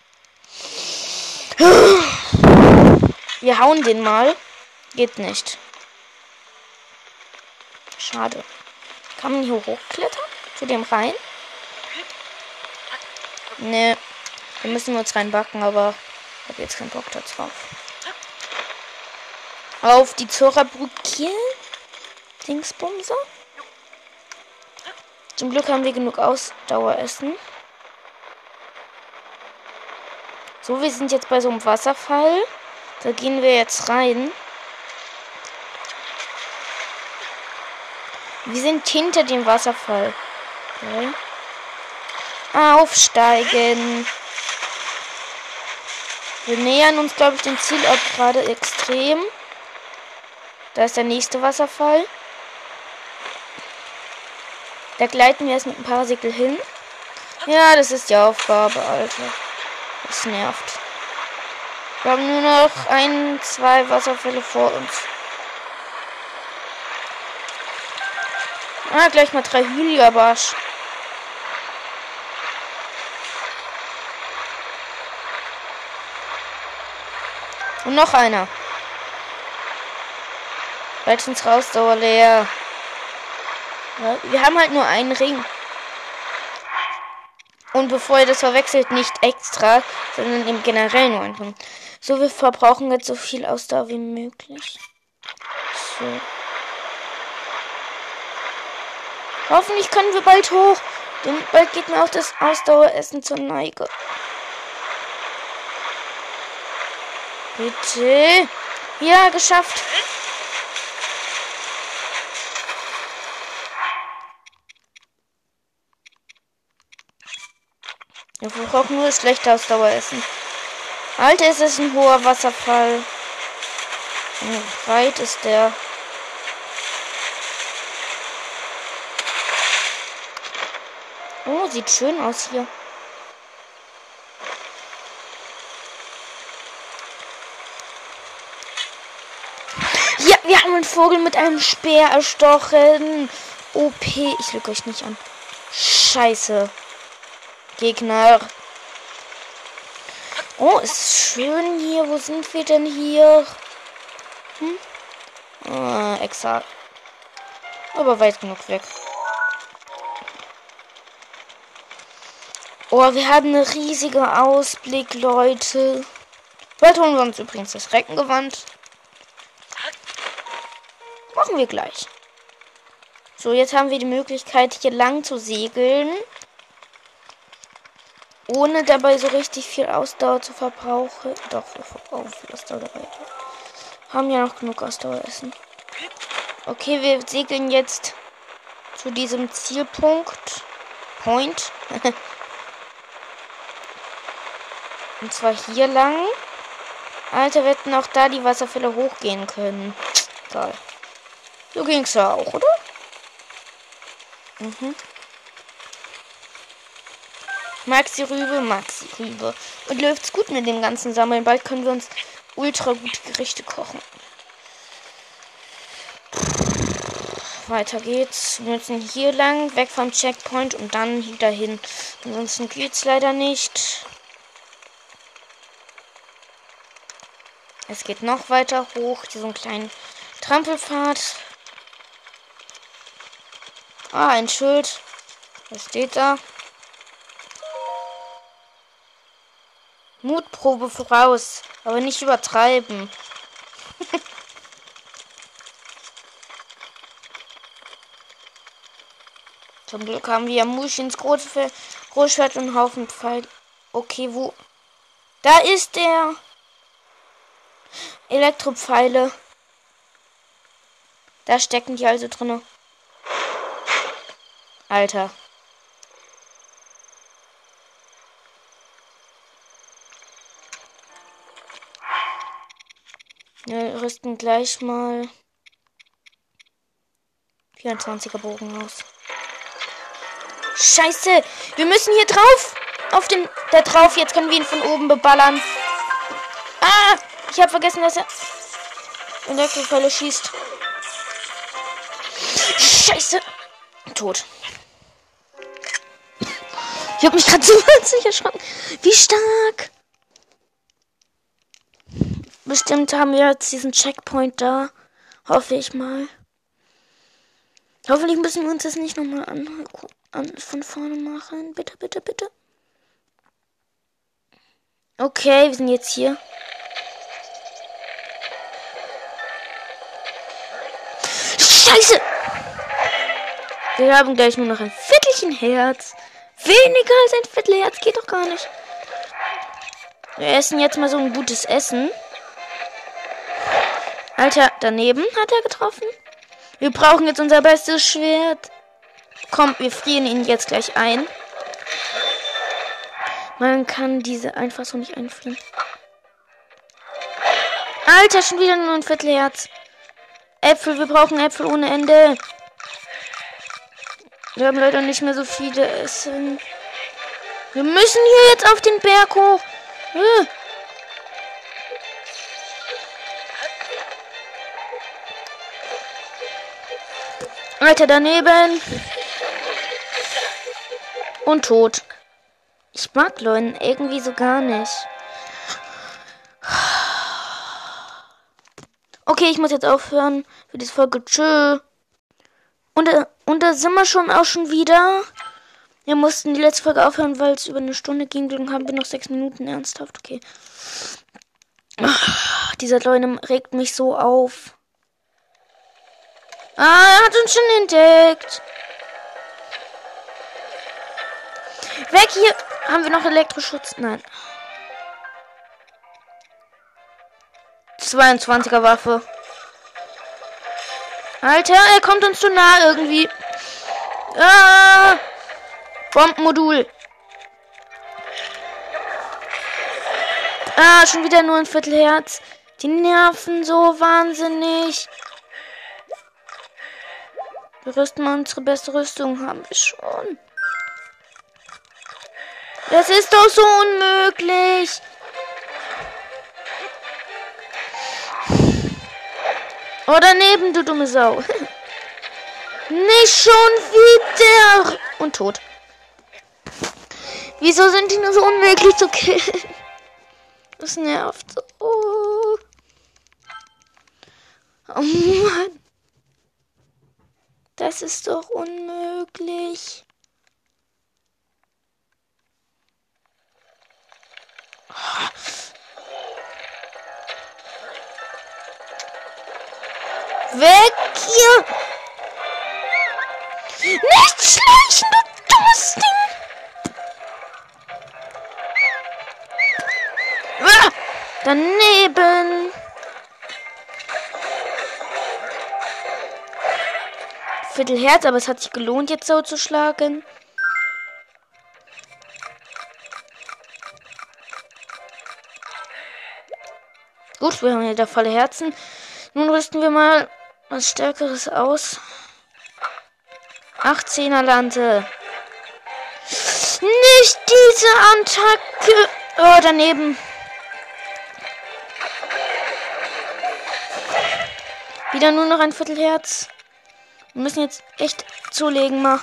Wir hauen den mal. Geht nicht. Schade. Kann man hier hochklettern? Zu dem rein? Ne. Wir müssen uns reinbacken, aber ich habe jetzt keinen Bock darauf. Auf die Zora-Brücke. Dingsbumser. Zum Glück haben wir genug Ausdaueressen. So, wir sind jetzt bei so einem Wasserfall. Da gehen wir jetzt rein. Wir sind hinter dem Wasserfall. Okay. Aufsteigen. Wir nähern uns, glaube ich, dem Zielort gerade extrem. Da ist der nächste Wasserfall. Da gleiten wir erst mit dem Parasegel hin. Ja, das ist die Aufgabe, Alter. Das nervt. Wir haben nur noch 2 Wasserfälle vor uns. Ah, gleich mal 3 Hyliabarsch. Und noch einer. Bald ins Rausdauer leer. Ja, wir haben halt nur einen Ring. Und bevor ihr das verwechselt, nicht extra, sondern im generell nur einen Ring. So, wir verbrauchen jetzt so viel Ausdauer wie möglich. So. Hoffentlich können wir bald hoch. Denn bald geht mir auch das Ausdaueressen zur Neige. Bitte. Ja, geschafft. Wir brauchen nur das schlechte Ausdaueressen. Alter, ist es ein hoher Wasserfall. Wie weit ist der? Oh, sieht schön aus hier. Ja, wir haben einen Vogel mit einem Speer erstochen. OP. Ich lüge euch nicht an. Scheiße. Gegner. Oh, ist schön hier. Wo sind wir denn hier? Exakt. Aber weit genug weg. Oh, wir haben einen riesigen Ausblick, Leute. Bald holen wir uns übrigens das Reckengewand. Machen wir gleich. So, jetzt haben wir die Möglichkeit, hier lang zu segeln. Ohne dabei so richtig viel Ausdauer zu verbrauchen. Doch, wir verbrauchen viel Ausdauer dabei. Haben ja noch genug Ausdaueressen. Okay, wir segeln jetzt zu diesem Zielpunkt. Und zwar hier lang. Alter, wir hätten auch da die Wasserfälle hochgehen können. Geil. So ging's ja auch, oder? Maxi Rübe. Und läuft's gut mit dem ganzen Sammeln. Bald können wir uns ultra gute Gerichte kochen. Weiter geht's. Wir müssen hier lang, weg vom Checkpoint und dann wieder hin. Ansonsten geht's leider nicht. Es geht noch weiter hoch, diesen kleinen Trampelpfad. Ah, ein Schild. Was steht da? Mutprobe voraus, aber nicht übertreiben. Zum Glück haben wir Muschins Großschwert und einen Haufen Pfeil. Okay, wo? Da ist der Elektropfeile. Da stecken die also drinne. Alter. Wir rüsten gleich mal 24er Bogen aus. Scheiße! Wir müssen hier drauf! Da drauf, jetzt können wir ihn von oben beballern. Ah! Ich habe vergessen, dass er Elektrofälle schießt. Scheiße! Tot. Ich habe mich gerade so wahnsinnig erschrocken. Wie stark! Bestimmt haben wir jetzt diesen Checkpoint da. Hoffe ich mal. Hoffentlich müssen wir uns das nicht nochmal von vorne machen. Bitte, bitte, bitte. Okay, wir sind jetzt hier. Scheiße! Wir haben gleich nur noch ein Viertelchen Herz. Weniger als ein Viertelherz geht doch gar nicht. Wir essen jetzt mal so ein gutes Essen. Alter, daneben hat er getroffen. Wir brauchen jetzt unser bestes Schwert. Komm, wir frieren ihn jetzt gleich ein. Man kann diese einfach so nicht einfrieren. Alter, schon wieder nur ein Viertelherz. Äpfel, wir brauchen Äpfel ohne Ende. Wir haben leider nicht mehr so viele Essen. Wir müssen hier jetzt auf den Berg hoch. Alter, daneben. Und tot. Ich mag Leuten irgendwie so gar nicht. Okay, ich muss jetzt aufhören für diese Folge. Tschö. Und da sind wir schon wieder. Wir mussten die letzte Folge aufhören, weil es über eine Stunde ging. Dann haben wir noch 6 Minuten. Ernsthaft, okay. Dieser Leute regt mich so auf. Ah, er hat uns schon entdeckt. Weg hier. Haben wir noch Elektroschutz? Nein. 22er Waffe. Alter, er kommt uns zu nah irgendwie. Ah! Bombenmodul. Ah, schon wieder nur ein Viertelherz. Die nerven so wahnsinnig. Wir rüsten mal unsere beste Rüstung. Haben wir schon. Das ist doch so unmöglich. Oh, daneben, du dumme Sau. Nicht schon wieder. Und tot. Wieso sind die nur so unmöglich zu killen? Das nervt so. Oh Mann. Das ist doch unmöglich. Weg hier! Nicht schleichen, du dummes Ding! Ah, daneben! Viertelherz, aber es hat sich gelohnt, jetzt so zu schlagen. Gut, wir haben hier da volle Herzen. Nun rüsten wir mal was Stärkeres aus. 18er Lante. Nicht diese Attacke. Oh, daneben. Wieder nur noch ein Viertelherz. Wir müssen jetzt echt zulegen mal.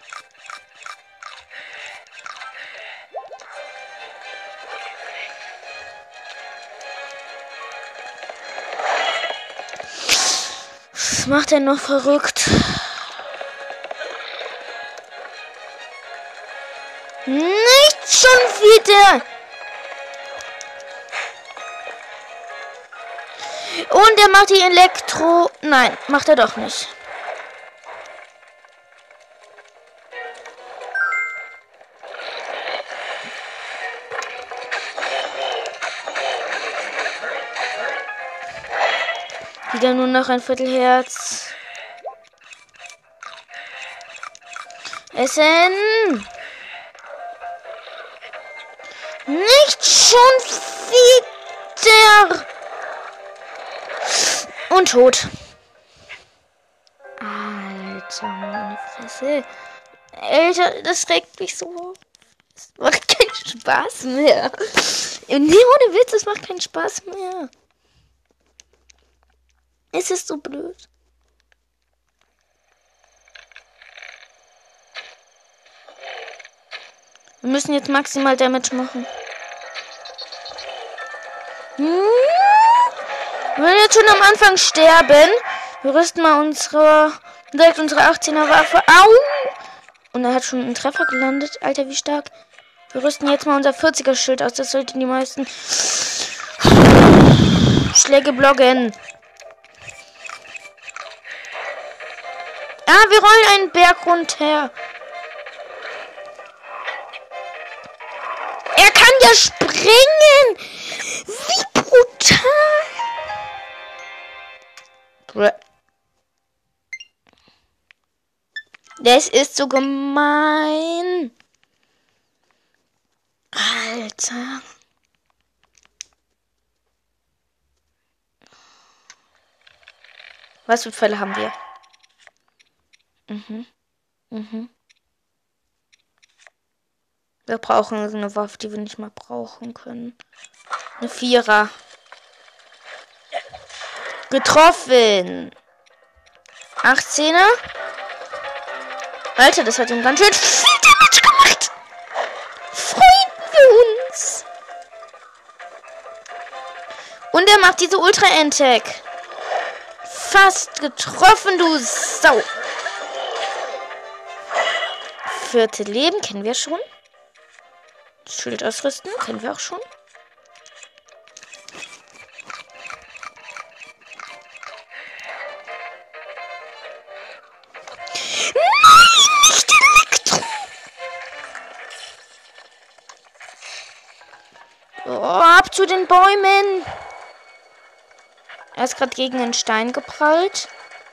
Was macht er noch verrückt? Nicht schon wieder! Und er macht die Elektro... Nein, macht er doch nicht. Wieder nur noch ein Viertelherz. Essen! Nicht schon wieder! Und tot. Alter, meine Fresse. Alter, das regt mich so auf. Es macht keinen Spaß mehr. Nee, ohne Witz, es macht keinen Spaß mehr. Es ist so blöd. Wir müssen jetzt maximal Damage machen. Wir werden jetzt schon am Anfang sterben. Wir rüsten mal direkt unsere 18er Waffe. Au! Und er hat schon einen Treffer gelandet. Alter, wie stark. Wir rüsten jetzt mal unser 40er Schild aus. Das sollten die meisten Schläge blocken. Ah, wir rollen einen Berg runter. Er kann ja springen. Wie brutal. Das ist so gemein. Alter. Was für Fälle haben wir? Wir brauchen eine Waffe, die wir nicht mal brauchen können. Eine Vierer. Getroffen. 18er. Alter, das hat ihm ganz schön viel Damage gemacht. Freuen wir uns. Und er macht diese Ultra-Attack. Fast getroffen, du Sau. 4. Leben kennen wir schon. Schild ausrüsten kennen wir auch schon. Nein, nicht Elektro. Oh, ab zu den Bäumen. Er ist gerade gegen einen Stein geprallt.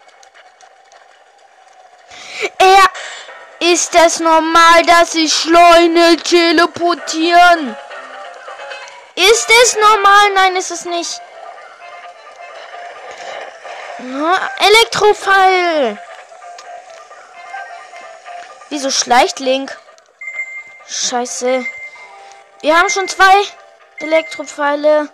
Ist das normal, dass sich Schleune teleportieren? Ist es normal? Nein, ist es nicht. Elektrofall. Wieso schleicht Link? Scheiße. Wir haben schon 2 Elektropfeile.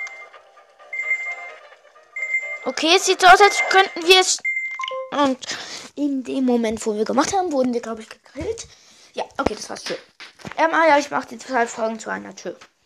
Okay, es sieht so aus, als könnten wir es... Und in dem Moment, wo wir gemacht haben, wurden wir, glaube ich, gegrillt. Ja, okay, das war's. Tschö. Ja, ich mache die 2 Folgen zu einer. Tschö.